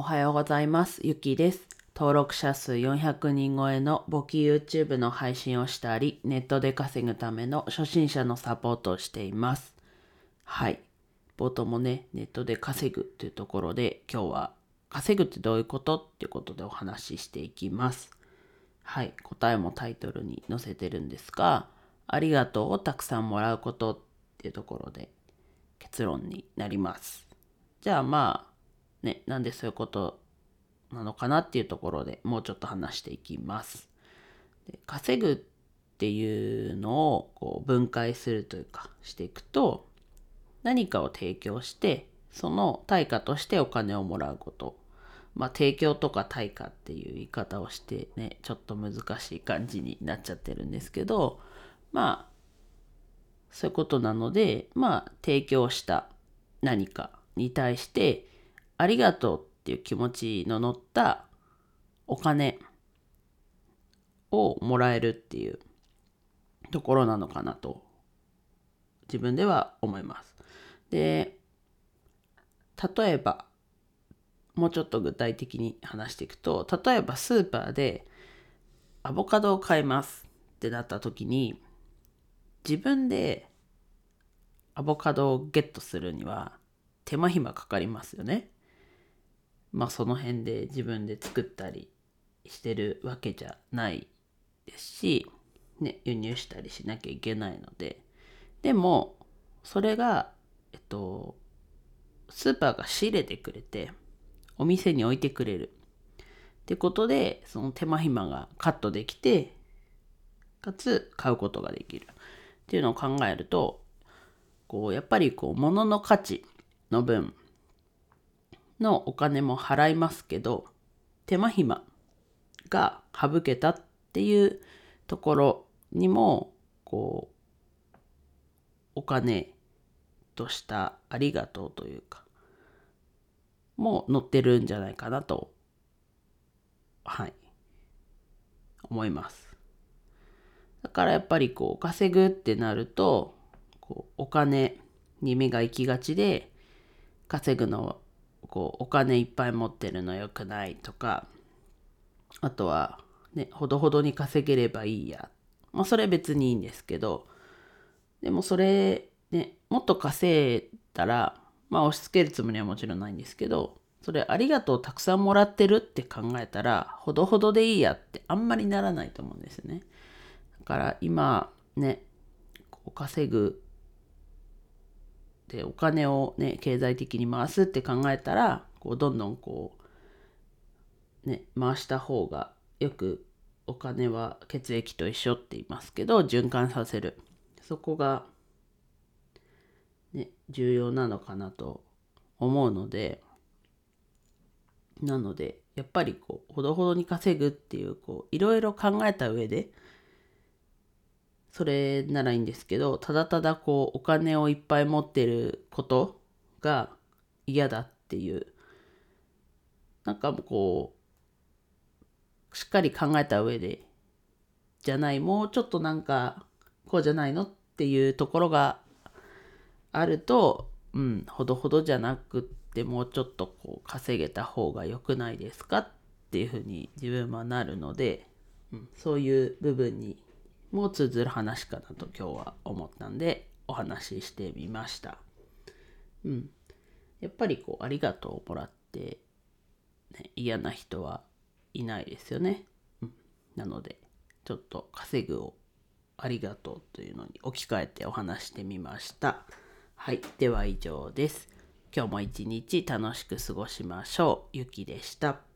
おはようございます。ゆきです。登録者数400人超えの簿記 YouTube の配信をしたり、ネットで稼ぐための初心者のサポートをしています。はい。冒頭もね、ネットで稼ぐというところで、今日は稼ぐってどういうことっていうことでお話ししていきます。はい。答えもタイトルに載せてるんですが、ありがとうをたくさんもらうことっていうところで結論になります。じゃあね、なんでそういうことなのかなっていうところでもうちょっと話していきます。で、稼ぐっていうのをこう分解するというかしていくと、何かを提供してその対価としてお金をもらうこと。提供とか対価っていう言い方をしてね、ちょっと難しい感じになっちゃってるんですけど、そういうことなので、提供した何かに対してありがとうっていう気持ちの乗ったお金をもらえるっていうところなのかなと自分では思います。で、例えばもうちょっと具体的に話していくと、例えばスーパーでアボカドを買いますってなった時に、自分でアボカドをゲットするには手間暇かかりますよね。その辺で自分で作ったりしてるわけじゃないですし、ね、輸入したりしなきゃいけないので、でもそれがスーパーが仕入れてくれてお店に置いてくれるってことで、その手間暇がカットできて、かつ買うことができるっていうのを考えると、やっぱり物の価値の分のお金も払いますけど、手間暇が省けたっていうところにもお金としたありがとうというかも載ってるんじゃないかなと思います。だからやっぱり稼ぐってなるとお金に目が行きがちで、稼ぐのお金いっぱい持ってるの良くないとか、あとはね、ほどほどに稼げればいいや。それ別にいいんですけど、でもそれね、もっと稼いだら、押し付けるつもりはもちろんないんですけど、それありがとうたくさんもらってるって考えたら、ほどほどでいいやってあんまりならないと思うんですね。だから今ね、稼ぐでお金をね、経済的に回すって考えたら、どんどん回した方がよく、お金は血液と一緒って言いますけど、循環させる。そこがね、重要なのかなと思うので、なので、やっぱりほどほどに稼ぐっていう、いろいろ考えた上で、それならいいんですけど、ただただお金をいっぱい持ってることが嫌だっていう、しっかり考えた上で、じゃない、もうちょっとこうじゃないのっていうところがあると、ほどほどじゃなくってもうちょっと稼げた方が良くないですかっていうふうに自分はなるので、そういう部分にも通ずる話かなと今日は思ったんでお話ししてみました。やっぱりありがとうをもらって、嫌な人はいないですよね。なのでちょっと稼ぐをありがとうというのに置き換えてお話してみました。はい、では以上です。今日も一日楽しく過ごしましょう。ゆきでした。